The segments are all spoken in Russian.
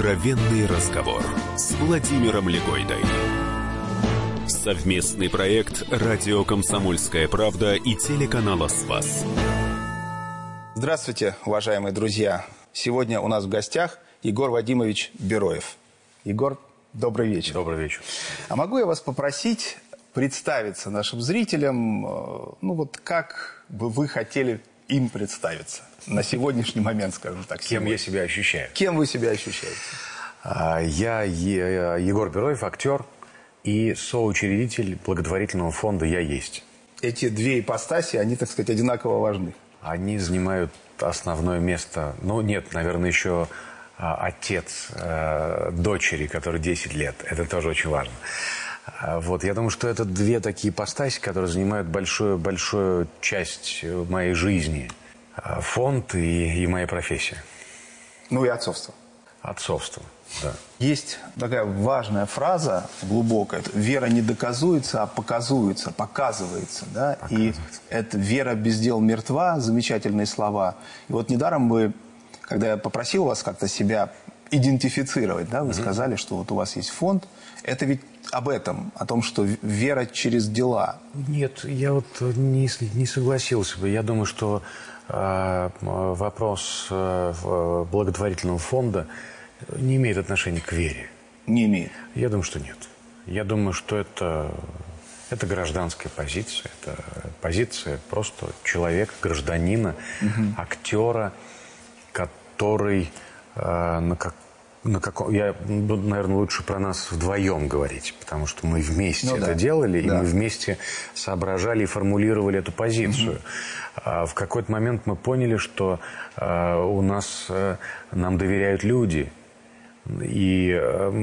Откровенный разговор с Владимиром Легойдой. Совместный проект «Радио Комсомольская правда» и телеканала «Спас». Здравствуйте, уважаемые друзья. Сегодня у нас в гостях Егор Вадимович Бероев. Егор, добрый вечер. Добрый вечер. А могу я вас попросить представиться нашим зрителям, как бы вы хотели им представиться на сегодняшний момент, скажем так. Кем я себя ощущаю? Кем вы себя ощущаете? Я Егор Бероев, актер и соучредитель благотворительного фонда «Я есть». Эти две ипостаси, они, так сказать, одинаково важны. Они занимают основное место. Нет, наверное, еще отец дочери, которой 10 лет. Это тоже очень важно. Я думаю, что это две такие ипостаси, которые занимают большую часть моей жизни. Фонд и моя профессия. И отцовство. Отцовство, да. Есть такая важная фраза, глубокая. Вера не доказуется, а показывается. Да? И это «вера без дел мертва», замечательные слова. И недаром когда я попросил вас как-то себя идентифицировать, да, вы сказали, что у вас есть фонд. Это ведь об этом, о том, что вера через дела. Нет, я не согласился бы. Я думаю, что вопрос благотворительного фонда не имеет отношения к вере. Не имеет? Я думаю, что нет. Я думаю, что это гражданская позиция. Это позиция просто человека, гражданина, актера, который наверное, лучше про нас вдвоем говорить, потому что мы вместе это делали, и мы вместе соображали и формулировали эту позицию. В какой-то момент мы поняли, что нам доверяют люди, и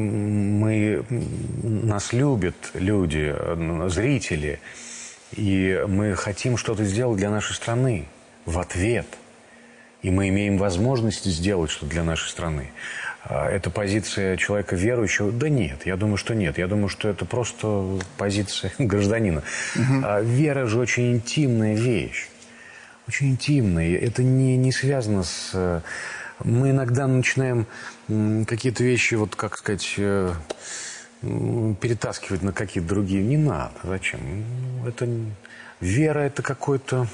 нас любят люди, зрители, и мы хотим что-то сделать для нашей страны в ответ. И мы имеем возможность сделать что-то для нашей страны. Это позиция человека верующего? Да нет, я думаю, что нет. Я думаю, что это просто позиция гражданина. Вера же очень интимная вещь. Очень интимная. Это не связано с... Мы иногда начинаем какие-то вещи, перетаскивать на какие-то другие. Не надо. Зачем? Вера – это какой-то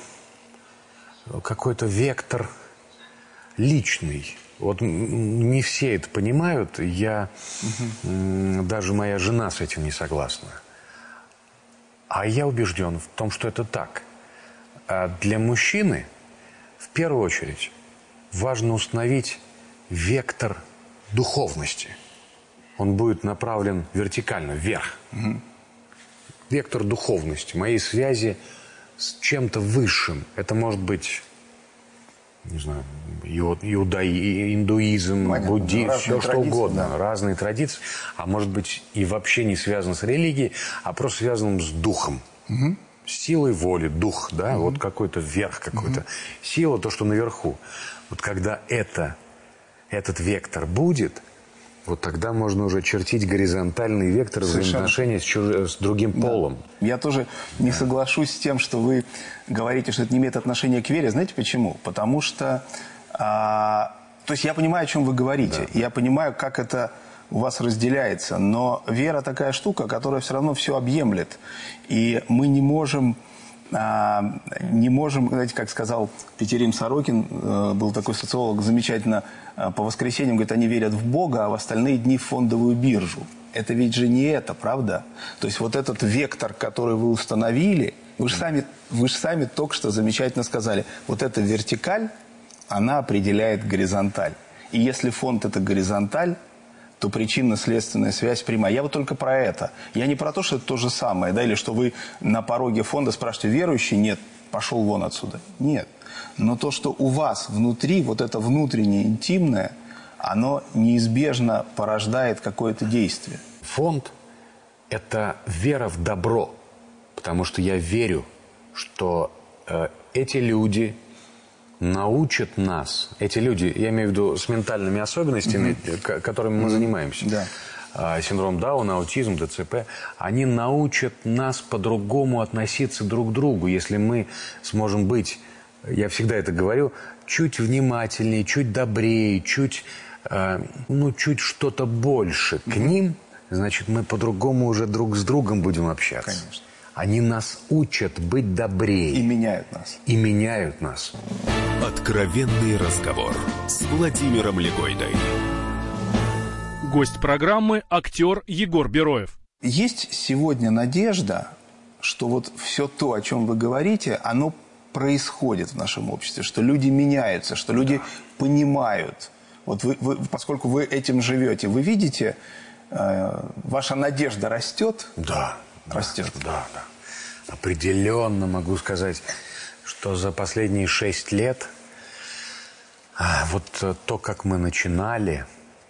вектор личный. Не все это понимают. Даже моя жена с этим не согласна. А я убежден в том, что это так. А для мужчины, в первую очередь, важно установить вектор духовности. Он будет направлен вертикально, вверх. Вектор духовности, моей связи с чем-то высшим. Это может быть... не знаю, индуизм, буддизм, все что угодно, разные традиции, а может быть и вообще не связано с религией, а просто связано с духом, с силой воли, дух, да, какой-то верх, какой-то сила, то, что наверху. Когда этот вектор будет, тогда можно уже чертить горизонтальный вектор взаимоотношений с другим полом. Я тоже не соглашусь с тем, что вы говорите, что это не имеет отношения к вере. Знаете почему? Потому что... то есть я понимаю, о чем вы говорите. Да. Я понимаю, как это у вас разделяется. Но вера такая штука, которая все равно все объемлет. И мы не можем, знаете, как сказал Петерим Сорокин, был такой социолог, замечательно, по воскресеньям, говорит, они верят в Бога, а в остальные дни в фондовую биржу. Это ведь же не это, правда? То есть этот вектор, который вы установили, вы же сами только что замечательно сказали, эта вертикаль, она определяет горизонталь. И если фонд – это горизонталь, то причинно-следственная связь прямая. Я только про это. Я не про то, что это то же самое, или что вы на пороге фонда спрашиваете, верующий? Нет, пошел вон отсюда. Нет. Но то, что у вас внутри, это внутреннее, интимное, оно неизбежно порождает какое-то действие. Фонд – это вера в добро. Потому что я верю, что эти люди научат нас, эти люди, я имею в виду с ментальными особенностями, которыми мы занимаемся, синдром Дауна, аутизм, ДЦП, они научат нас по-другому относиться друг к другу, если мы сможем быть, я всегда это говорю, чуть внимательнее, чуть добрее, чуть чуть что-то больше к ним, значит, мы по-другому уже друг с другом будем общаться. Конечно. Они нас учат быть добрее. И меняют нас. И меняют нас. Откровенный разговор с Владимиром Легойдой. Гость программы – актер Егор Бероев. Есть сегодня надежда, что вот все то, о чем вы говорите, оно происходит в нашем обществе, что люди меняются, что люди понимают. Вот вы, поскольку вы этим живете, вы видите, ваша надежда растет? Да. Растет. Да. Определенно могу сказать, что за последние 6 лет вот то, как мы начинали,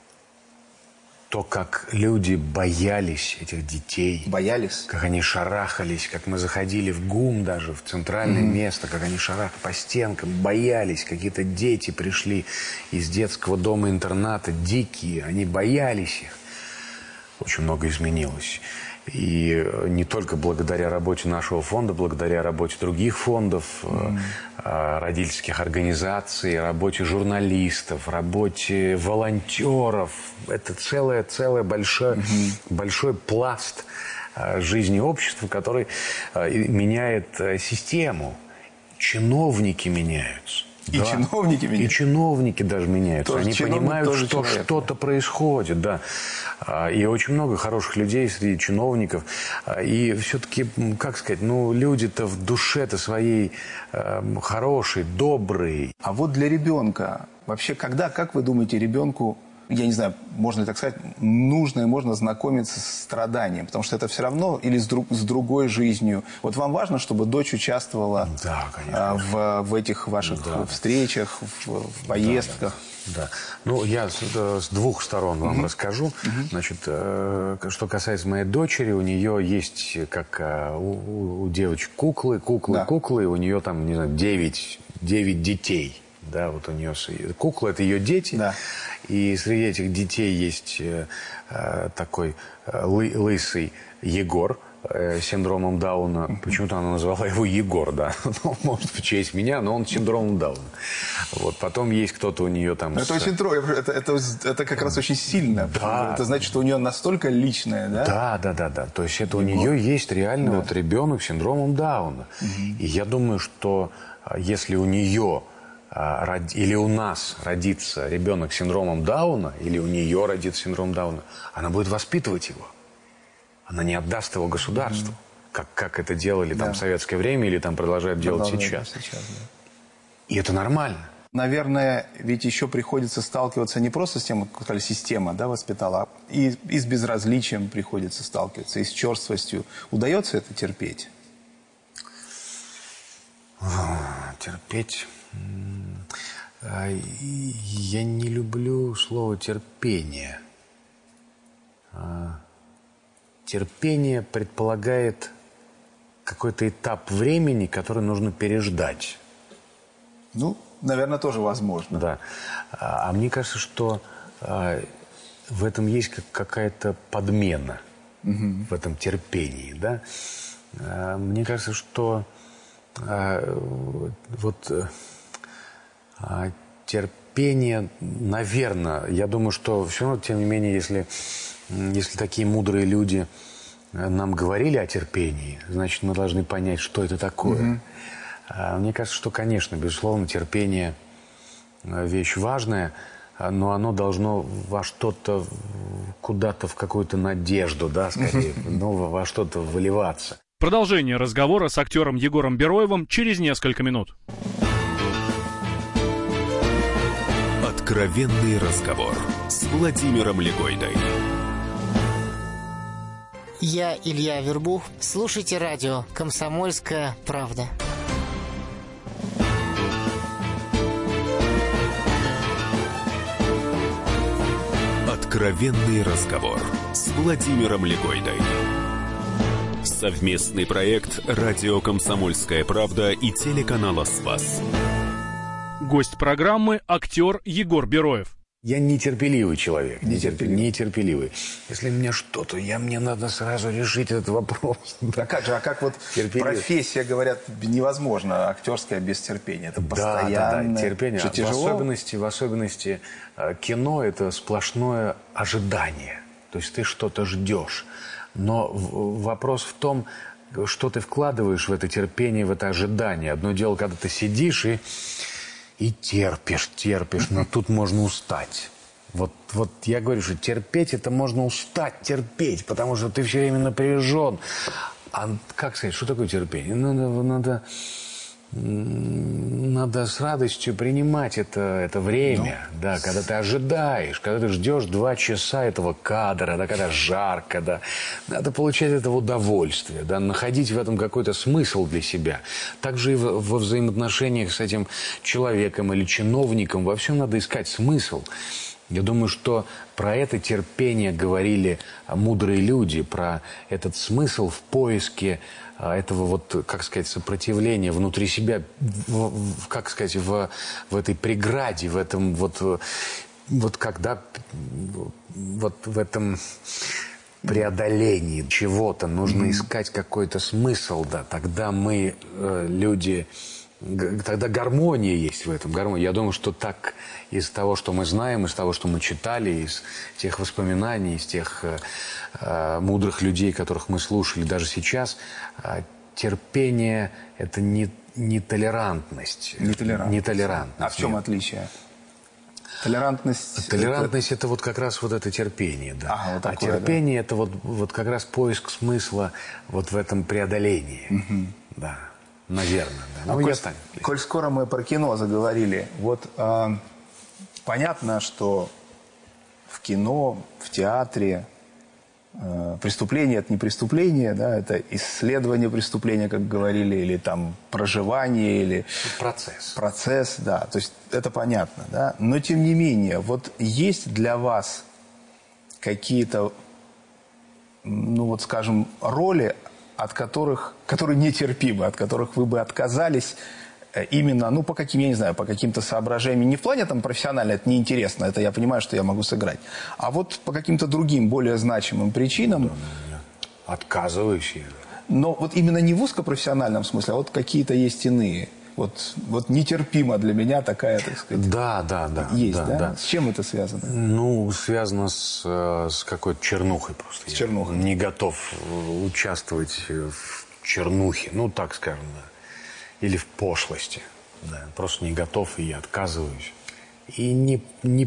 то, как люди боялись этих детей. Боялись? Как они шарахались, как мы заходили в ГУМ даже, в центральное место, как они шарахали по стенкам, боялись. Какие-то дети пришли из детского дома-интерната, дикие, они боялись их. Очень много изменилось. И не только благодаря работе нашего фонда, благодаря работе других фондов, родительских организаций, работе журналистов, работе волонтеров. Это целый большой пласт жизни общества, который меняет систему. Чиновники меняются. И чиновники меняются. И чиновники даже меняются. Тоже они понимают, что человек. Что-то происходит, да. И очень много хороших людей среди чиновников. И все-таки, как сказать, люди-то в душе-то своей хорошие, добрые. А вот для ребенка, вообще, как вы думаете, ребенку, я не знаю, можно ли так сказать, нужно и можно знакомиться с страданием, потому что это все равно или с другой жизнью. Вот вам важно, чтобы дочь участвовала в этих ваших встречах, в поездках? Да. Я с двух сторон вам расскажу. Значит, что касается моей дочери, у нее есть, как у девочек, куклы, у нее там, не знаю, 9 детей. Да, вот у нее кукла, это ее дети. Да. И среди этих детей есть такой лысый Егор с синдромом Дауна. Почему-то она назвала его Егор, да. Может, в честь меня, но он с синдромом Дауна. Вот. Потом есть кто-то у нее там... Это очень трогательно. Это как раз очень сильно. Да. Это значит, что у нее настолько личное, да? Да. То есть это у нее есть реально вот ребенок с синдромом Дауна. И я думаю, что если у нее... или у нас родится ребенок с синдромом Дауна, или у нее родится синдром Дауна, она будет воспитывать его. Она не отдаст его государству, как это делали там в советское время или там продолжают делать сейчас. И это нормально. Наверное, ведь еще приходится сталкиваться не просто с тем, как сказали, система воспитала, а и с безразличием приходится сталкиваться, и с черствостью. Удается это терпеть? Терпеть... Я не люблю слово «терпение». Терпение предполагает какой-то этап времени, который нужно переждать. Наверное, тоже возможно. Да. А мне кажется, что в этом есть какая-то подмена, в этом терпении. Да? Мне кажется, что терпение, наверное, я думаю, что все равно, тем не менее, если такие мудрые люди нам говорили о терпении, значит, мы должны понять, что это такое. Мне кажется, что, конечно, безусловно, терпение вещь важная, но оно должно во что-то, куда-то в какую-то надежду, да, скорее, во что-то выливаться. Продолжение разговора с актером Егором Бероевым через несколько минут. Откровенный разговор с Владимиром Легойдой. Я Илья Вербух. Слушайте радио «Комсомольская правда». Откровенный разговор с Владимиром Легойдой. Совместный проект «Радио Комсомольская правда» и телеканала «Спас». Гость программы – актер Егор Бероев. Я нетерпеливый человек. Нетерпеливый. Если мне что-то, мне надо сразу решить этот вопрос. А как вот профессия, говорят, невозможно актерская без терпения. Это постоянное. Да, терпение. Что, тяжело? В особенности кино – это сплошное ожидание. То есть ты что-то ждешь. Но вопрос в том, что ты вкладываешь в это терпение, в это ожидание. Одно дело, когда ты сидишь и терпишь, но тут можно устать. Вот я говорю, что терпеть – это можно устать, терпеть, потому что ты все время напряжен. А как сказать, что такое терпение? Надо с радостью принимать это время, да, когда ты ожидаешь, когда ты ждешь 2 часа этого кадра, да, когда жарко, да, надо получать это удовольствие, да, находить в этом какой-то смысл для себя. Также и во взаимоотношениях с этим человеком или чиновником во всем надо искать смысл. Я думаю, что про это терпение говорили мудрые люди, про этот смысл в поиске этого сопротивления внутри себя, в этой преграде, в этом в этом преодолении чего-то нужно искать какой-то смысл, да, тогда мы, люди, тогда гармония есть в этом. Я думаю, что так из того, что мы знаем, из того, что мы читали, из тех воспоминаний, из тех мудрых людей, которых мы слушали даже сейчас, терпение – это не толерантность. Нетолерантность. А в чем отличие? Толерантность это вот как раз вот это терпение, да. Вот такое, терпение это вот как раз поиск смысла вот в этом преодолении. Да. Наверное, да. Коль скоро мы про кино заговорили, понятно, что в кино, в театре преступление – это не преступление, да, это исследование преступления, как говорили, или там проживание, или… Процесс, да, то есть это понятно, да. Но тем не менее, есть для вас какие-то, скажем, роли, которые нетерпимы, от которых вы бы отказались именно, по каким-то соображениям. Не в плане профессионально, это неинтересно, это я понимаю, что я могу сыграть. А по каким-то другим, более значимым причинам. Отказываюсь. Но именно не в узкопрофессиональном смысле, а какие-то есть иные. Нетерпима для меня такая, так сказать. Да. Есть, да? С чем это связано? Связано с какой-то чернухой просто. С чернухой. Не готов участвовать в чернухе, так скажем, да. Или в пошлости. Да. Просто не готов, и я отказываюсь. И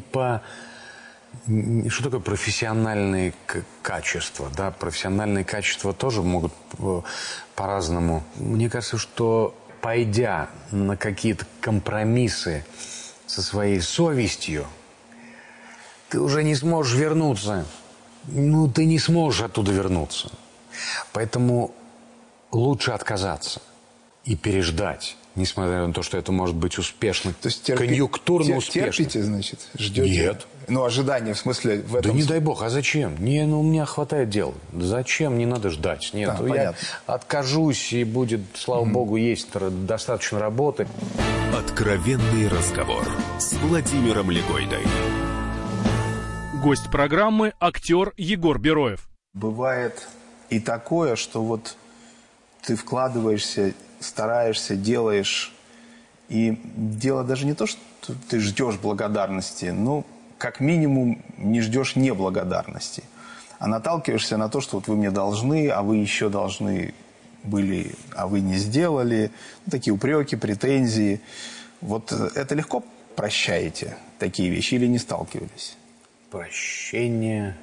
что такое профессиональные качества? Да? Профессиональные качества тоже могут по-разному. Мне кажется, что пойдя на какие-то компромиссы со своей совестью, ты уже не сможешь вернуться. Ты не сможешь оттуда вернуться. Поэтому лучше отказаться и переждать, несмотря на то, что это может быть успешно, то есть конъюнктурно успешно. Терпите, значит? Ждете? Нет. Ожидание, в смысле, в этом… Да не дай бог, а зачем? У меня хватает дел. Зачем? Не надо ждать. Нет, я откажусь, и будет, слава богу, есть достаточно работы. Откровенный разговор с Владимиром Легойдой. Гость программы – актер Егор Бероев. Бывает и такое, что ты вкладываешься, стараешься, делаешь, и дело даже не то, что ты ждешь благодарности, как минимум не ждешь неблагодарности, а наталкиваешься на то, что вы мне должны, а вы еще должны были, а вы не сделали. Такие упреки, претензии. Это легко прощаете, такие вещи, или не сталкивались? Прощение.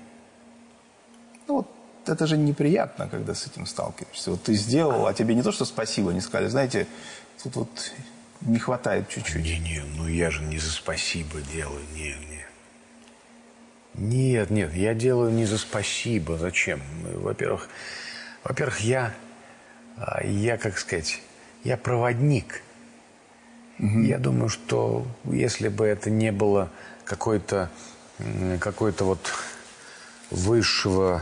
Это же неприятно, когда с этим сталкиваешься. Ты сделал, а тебе не то, что спасибо, не сказали. Знаете, тут не хватает чуть-чуть. Я же не за спасибо делаю, Нет, я делаю не за спасибо. Зачем? Во-первых, я проводник. Я думаю, что если бы это не было какой-то высшего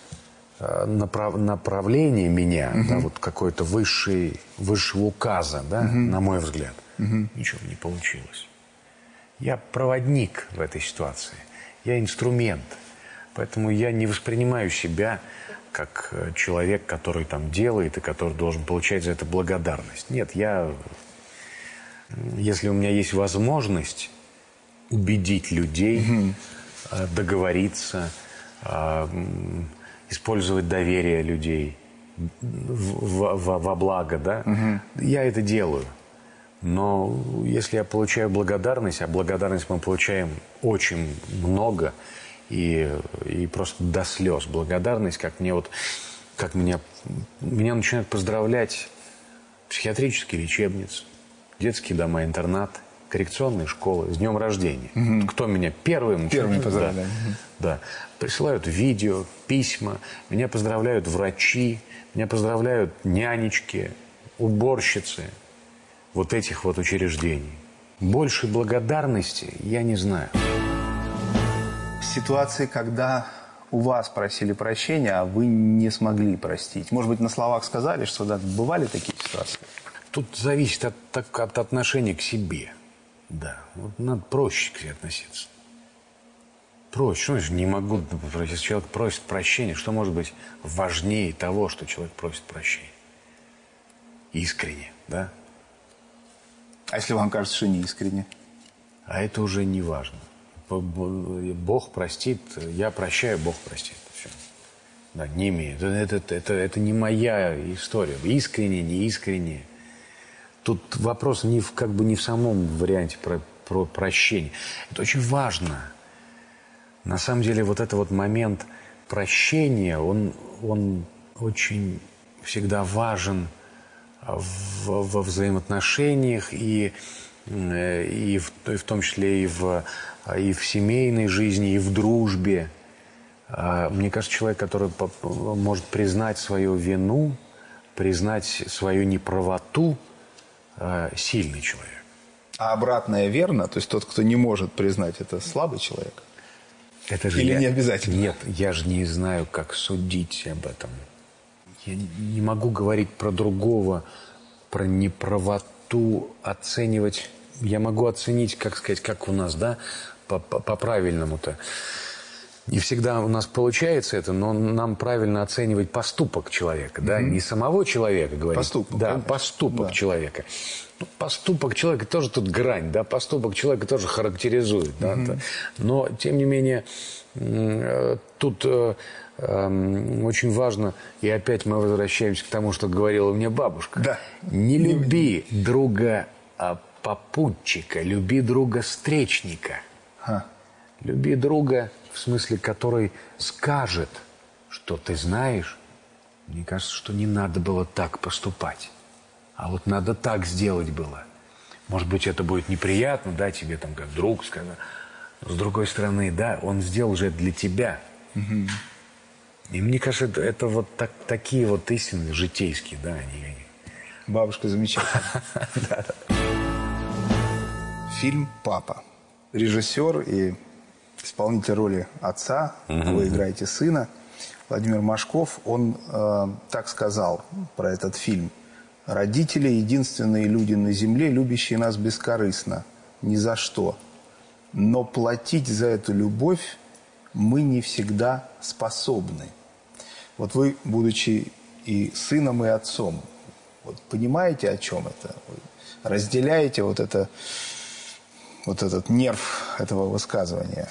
направления меня, какой-то высшего указа, на мой взгляд, ничего не получилось. Я проводник в этой ситуации. Я инструмент. Поэтому я не воспринимаю себя как человек, который там делает и который должен получать за это благодарность. Нет, если у меня есть возможность убедить людей, договориться, использовать доверие людей во благо, да, я это делаю. Но если я получаю благодарность, а благодарность мы получаем очень много и просто до слез благодарность, как меня начинают поздравлять психиатрические лечебницы, детские дома-интернаты, коррекционные школы с днем рождения. Кто меня первым поздравляет. Да. Присылают видео, письма, меня поздравляют врачи, меня поздравляют нянечки, уборщицы вот этих вот учреждений. Больше благодарности я не знаю. Ситуации, когда у вас просили прощения, а вы не смогли простить. Может быть, на словах сказали, что да, бывали такие ситуации? Тут зависит от отношения к себе. Да, вот надо проще к себе относиться. Проще. Что значит не могу? Если человек просит прощения, что может быть важнее того, что человек просит прощения? Искренне, да? А если вам кажется, что не искренне? А это уже не важно. Бог простит, я прощаю, Бог простит. Все. Да, не имеет. Это не моя история. Искренне, не искренне. Тут вопрос не в самом варианте про прощение. Это очень важно. На самом деле вот этот вот момент прощения, он очень всегда важен во взаимоотношениях и в том числе и в семейной жизни, и в дружбе. Мне кажется, человек, который может признать свою вину, признать свою неправоту, сильный человек. А обратное верно? То есть тот, кто не может признать, это слабый человек? Это же или не обязательно? Нет, я же не знаю, как судить об этом. Я не могу говорить про другого, про неправоту, оценивать. Я могу оценить, как сказать, как у нас, да, по-правильному-то. Не всегда у нас получается это, но нам правильно оценивать поступок человека, да, не самого человека говорить. Поступок. Да, поступок человека. Поступок человека тоже тут грань, да, поступок человека тоже характеризует, да, но тем не менее тут очень важно, и опять мы возвращаемся к тому, что говорила мне бабушка. Да. Не люби друга попутчика, люби друга встречника. Люби друга, в смысле, который скажет, что ты знаешь, мне кажется, что не надо было так поступать. А вот надо так сделать было. Может быть, это будет неприятно, да, тебе там как друг сказал. Но с другой стороны, да, он сделал же это для тебя. И мне кажется, это вот такие вот истины житейские, да, они. Бабушка замечательная. Фильм «Папа». Режиссер и исполнитель роли отца, вы играете сына, Владимир Машков, он так сказал про этот фильм. «Родители – единственные люди на земле, любящие нас бескорыстно, ни за что. Но платить за эту любовь мы не всегда способны». Вот вы, будучи и сыном, и отцом, вот понимаете, о чем это? Вы разделяете вот этот нерв этого высказывания?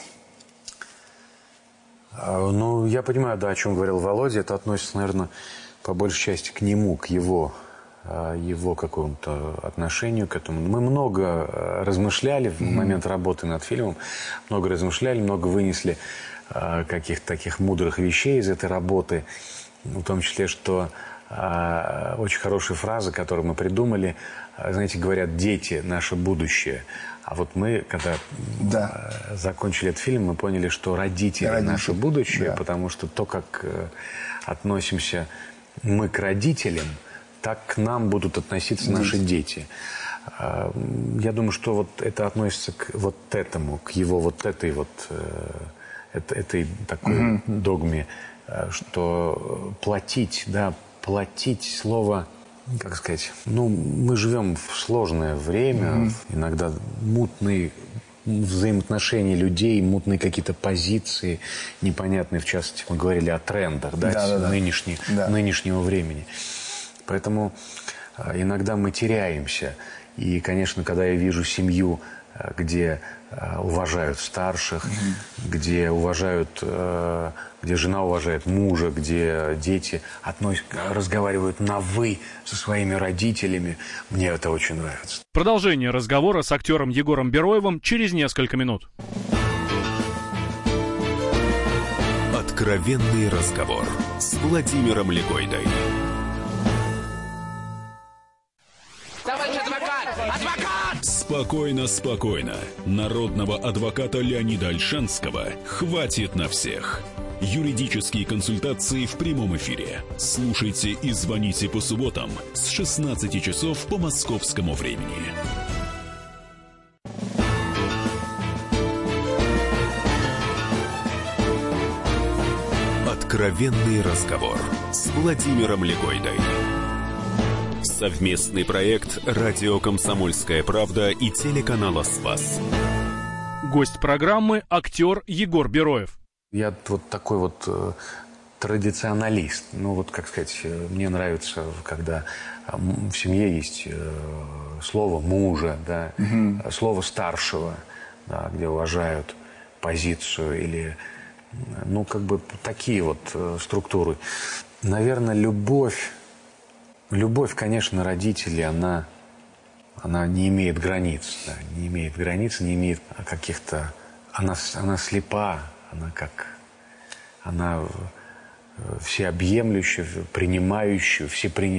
Ну, я понимаю, да, о чем говорил Володя. Это относится, наверное, по большей части к нему, к его какому-то отношению к этому. Мы много размышляли в момент работы над фильмом, много размышляли, много вынесли каких-то таких мудрых вещей из этой работы, в том числе, что очень хорошая фраза, которую мы придумали, знаете, говорят, дети – наше будущее. А вот мы, когда закончили этот фильм, мы поняли, что родители – наше будущее, потому что то, как относимся мы к родителям, так к нам будут относиться наши дети. Я думаю, что вот это относится к вот этому, к его вот этой вот этой такой догме, что платить, да, платить слово, как сказать, ну, мы живем в сложное время, иногда мутный взаимоотношения людей, мутные какие-то позиции непонятные. В частности, мы говорили о трендах, нынешнего времени. Поэтому иногда мы теряемся. И, конечно, когда я вижу семью, где уважают старших, где жена уважает мужа, где дети разговаривают на «вы» со своими родителями, мне это очень нравится. Продолжение разговора с актером Егором Бероевым через несколько минут. Откровенный разговор с Владимиром Легойдой. Спокойно, спокойно. Народного адвоката Леонида Ольшанского хватит на всех. Юридические консультации в прямом эфире. Слушайте и звоните по субботам с 16 часов по московскому времени. Откровенный разговор с Владимиром Легойдой. Совместный проект «Радио Комсомольская правда» и телеканала «Спас». Гость программы – актер Егор Бероев. Я вот такой вот традиционалист. Ну вот, как сказать, мне нравится, когда в семье есть слово мужа, да, слово старшего, да, где уважают позицию или, ну, как бы такие вот структуры. Наверное, любовь, конечно, родителей, она не имеет границ. Да, не имеет границ, не имеет каких-то... Она слепа, она всеобъемлющая, принимающая,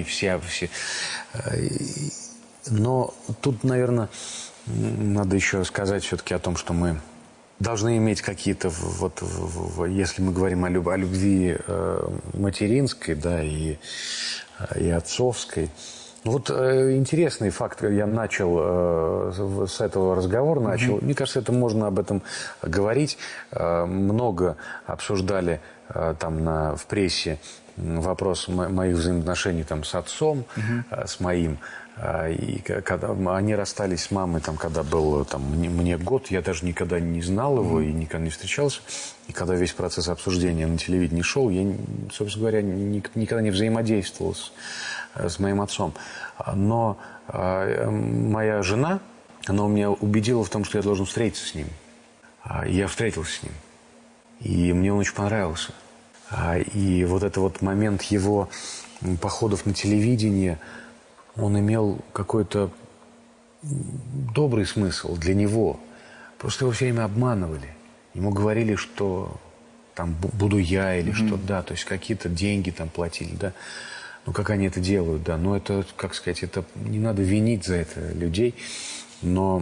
Но тут, наверное, надо еще сказать все-таки о том, что мы должны иметь какие-то, если мы говорим о любви материнской, да, и отцовской. Вот интересный факт, я начал с этого разговора, мне кажется, это можно об этом говорить. Много обсуждали там в прессе вопрос моих взаимоотношений там с отцом, с моим. И когда они расстались с мамой, там, когда был мне год, я даже никогда не знал его и никогда не встречался. И когда весь процесс обсуждения на телевидении шел, я, собственно говоря, никогда не взаимодействовал с моим отцом. Но моя жена, она меня убедила в том, что я должен встретиться с ним. Я встретился с ним. И мне он очень понравился. И вот этот вот момент его походов на телевидение, он имел какой-то добрый смысл для него. Просто его все время обманывали. Ему говорили, что там буду я или что, да, то есть какие-то деньги там платили, да. Ну, как они это делают, да. Но это, как сказать, это не надо винить за это людей. Но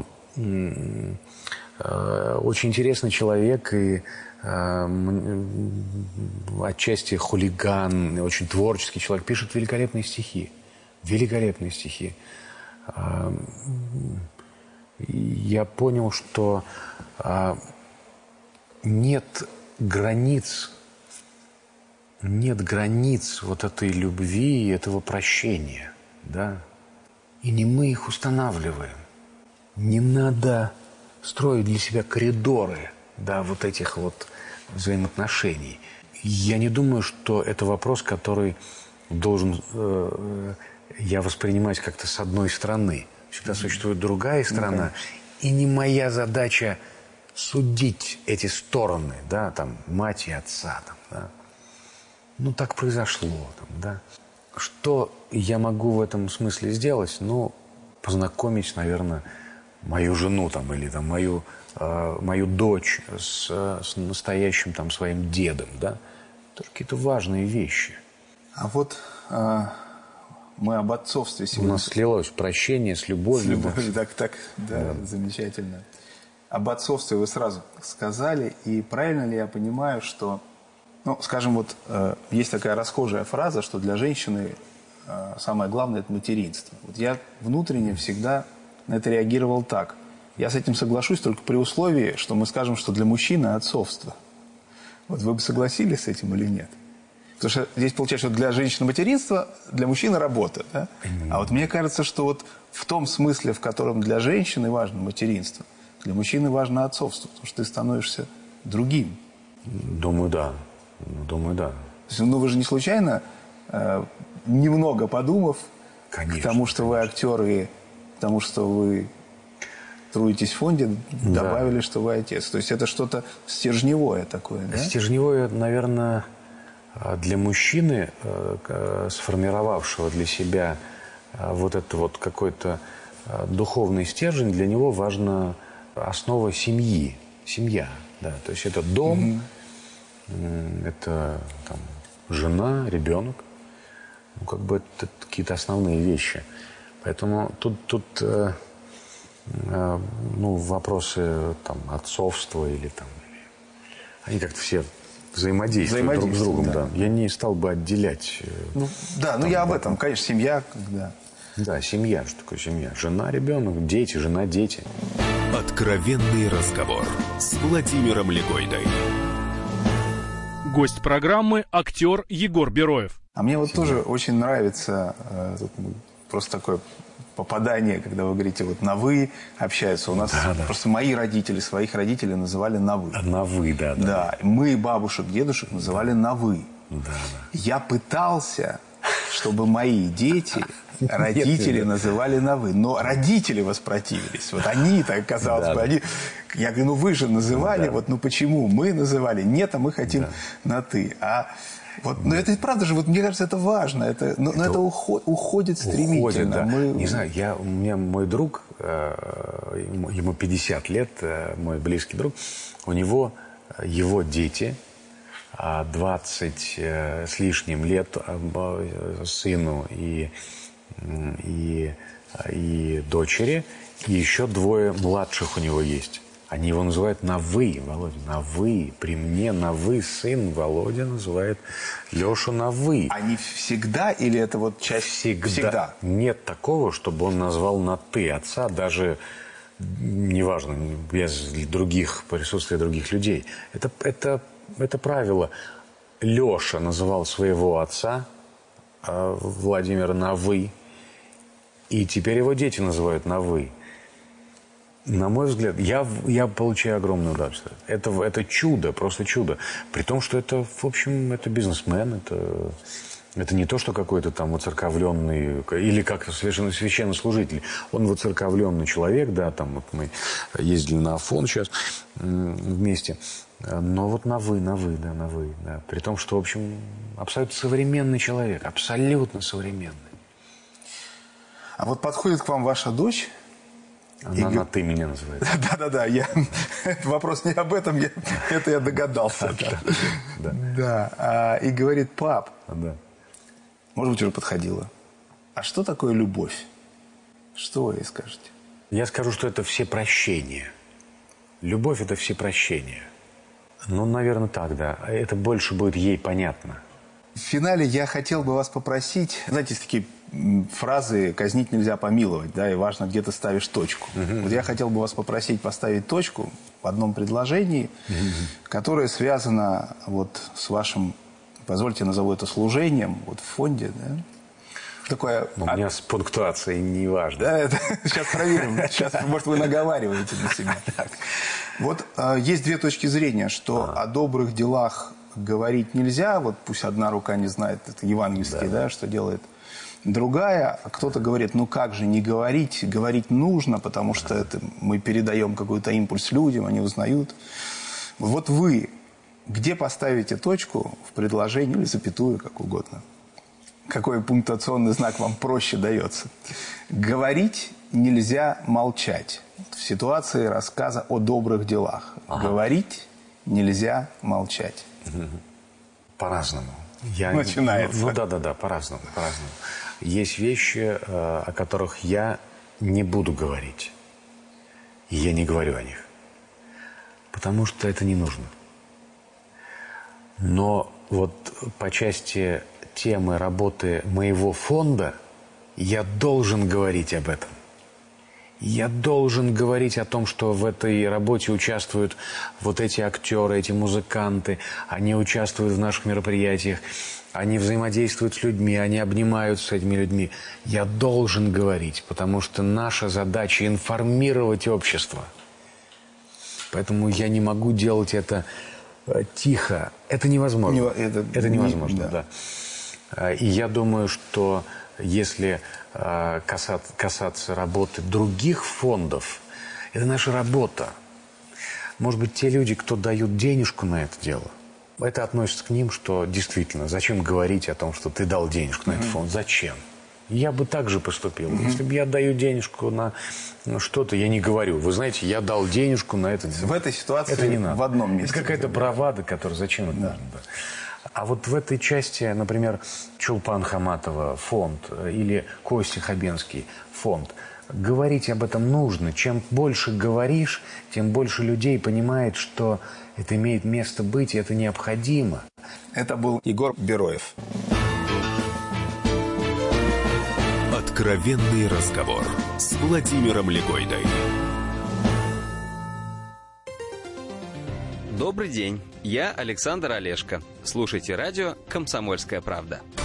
очень интересный человек и отчасти хулиган, очень творческий человек, пишет великолепные стихи. Великолепные стихи. Я понял, что нет границ вот этой любви, этого прощения, да. И не мы их устанавливаем. Не надо строить для себя коридоры, да, вот этих вот взаимоотношений. Я не думаю, что это вопрос, который должен я воспринимать как-то с одной стороны. Всегда существует другая сторона. И не моя задача судить эти стороны, да, там, мать и отца, там, да. Ну, так произошло, там, да. Что я могу в этом смысле сделать? Ну, познакомить, наверное, мою жену, там, или там, мою дочь с настоящим там своим дедом, да. Это какие-то важные вещи. А вот мы об отцовстве сегодня. У нас слилось прощение с любовью. С любовью, да, замечательно. Об отцовстве вы сразу сказали, и правильно ли я понимаю, что, ну, скажем, вот есть такая расхожая фраза, что для женщины самое главное – это материнство. Вот я внутренне всегда на это реагировал так. Я с этим соглашусь только при условии, что мы скажем, что для мужчины отцовство. Вот вы бы согласились с этим или нет? Потому что здесь получается, что для женщины материнство, для мужчины работа. Да? А вот мне кажется, что вот в том смысле, в котором для женщины важно материнство, Для мужчины важно отцовство, потому что ты становишься другим. Думаю, да. Думаю, да. Ну, вы же не случайно, немного подумав, Конечно, к тому, что вы актер и к тому, что вы трудитесь в фонде, добавили, что вы отец. То есть это что-то стержневое такое, да? Стержневое, наверное, для мужчины, сформировавшего для себя вот это вот какой-то духовный стержень, для него важна основа семьи. Семья, да. То есть это дом, это там, жена, ребенок. Ну, как бы это какие-то основные вещи. Поэтому тут вопросы там, отцовства или там... Они как-то все взаимодействуют друг с другом. Да. Я не стал бы отделять... я об этом. Конечно, семья, когда... Да, семья. Что такое семья? Жена, ребенок, дети, жена, дети. Откровенный разговор с Владимиром Легойдой. Гость программы – актер Егор Бероев. А мне вот тоже очень нравится просто такое попадание, когда вы говорите вот на «вы» общаются. У нас просто мои родители, своих родителей называли на «вы». На «вы», да. Да, мы бабушек, дедушек называли на «вы». Да. Я пытался, чтобы мои дети... Родители называли на «вы». Но родители воспротивились. Вот они, так казалось бы, они... Я говорю, вы же называли, почему мы называли? Нет, а мы хотим на «ты». Это правда же, мне кажется, это важно. Это уходит стремительно. Не знаю, у меня мой друг, ему 50 лет, мой близкий друг, у него его дети... 20 с лишним лет сыну и дочери, и еще 2 младших у него есть. Они его называют на «вы», Володя, на «вы». При мне на «вы» сын Володя называет Лешу на «вы». Они всегда или это вот часть? Всегда. Нет такого, чтобы он назвал на «ты» отца, даже, неважно, без присутствия других людей. Это правило. Леша называл своего отца Владимира на «вы», и теперь его дети называют на «вы». На мой взгляд, я получаю огромное удовольствие. Это чудо, просто чудо. При том, что это, в общем, это бизнесмен, это не то, что какой-то там воцерковленный, или как-то совершенно священнослужитель. Он воцерковленный человек, да, там вот мы ездили на Афон сейчас вместе. Но вот на «вы», да. При том, что, в общем, абсолютно современный человек, абсолютно современный. А вот подходит к вам ваша дочь... Она на «ты» меня называет. Да. Вопрос не об этом, это я догадался. Да. И говорит: пап, может быть, уже подходила. А что такое любовь? Что вы ей скажете? Я скажу, что это всепрощение. Любовь – это всепрощение. Наверное, так, да. Это больше будет ей понятно. В финале я хотел бы вас попросить... Знаете, есть такие фразы «казнить нельзя помиловать», да, и важно, где ты ставишь точку. Вот я хотел бы вас попросить поставить точку в одном предложении, которое связано вот с вашим, позвольте, назову это служением, вот в фонде, да. Такое... У меня с пунктуацией не важно. Да, сейчас проверим. Сейчас, может, вы наговариваете на себя. Вот есть 2 точки зрения, что о добрых делах говорить нельзя. Вот пусть одна рука не знает, это евангельский, да, что делает другая. А кто-то говорит, как же не говорить? Говорить нужно, потому что это мы передаем какой-то импульс людям, они узнают. Вот вы где поставите точку в предложении или запятую, как угодно? Какой пунктуационный знак вам проще дается? Говорить нельзя молчать. В ситуации рассказа о добрых делах. Говорить нельзя молчать. По-разному. Начинается. Да, по-разному. Есть вещи, о которых я не буду говорить. И я не говорю о них. Потому что это не нужно. Но вот по части темы работы моего фонда я должен говорить об этом. Я должен говорить о том, что в этой работе участвуют вот эти актеры, эти музыканты. Они участвуют в наших мероприятиях. Они взаимодействуют с людьми, они обнимаются с этими людьми. Я должен говорить, потому что наша задача – информировать общество. Поэтому я не могу делать это тихо. Это невозможно. Это невозможно, да. И я думаю, что если касаться работы других фондов, это наша работа. Может быть, те люди, кто дают денежку на это дело, это относится к ним, что действительно, зачем говорить о том, что ты дал денежку на этот фонд? Зачем? Я бы так же поступил. Если бы я даю денежку на что-то, я не говорю. Вы знаете, я дал денежку на это. В этой ситуации это не надо. в одном месте. Это какая-то бравада, которая зачем это нужно? Да. А вот в этой части, например, Чулпан Хаматова фонд или Костя Хабенский фонд, говорить об этом нужно. Чем больше говоришь, тем больше людей понимает, что это имеет место быть, и это необходимо. Это был Егор Бероев. Откровенный разговор с Владимиром Легойдой. Добрый день, я Александр Олешко. Слушайте радио «Комсомольская правда».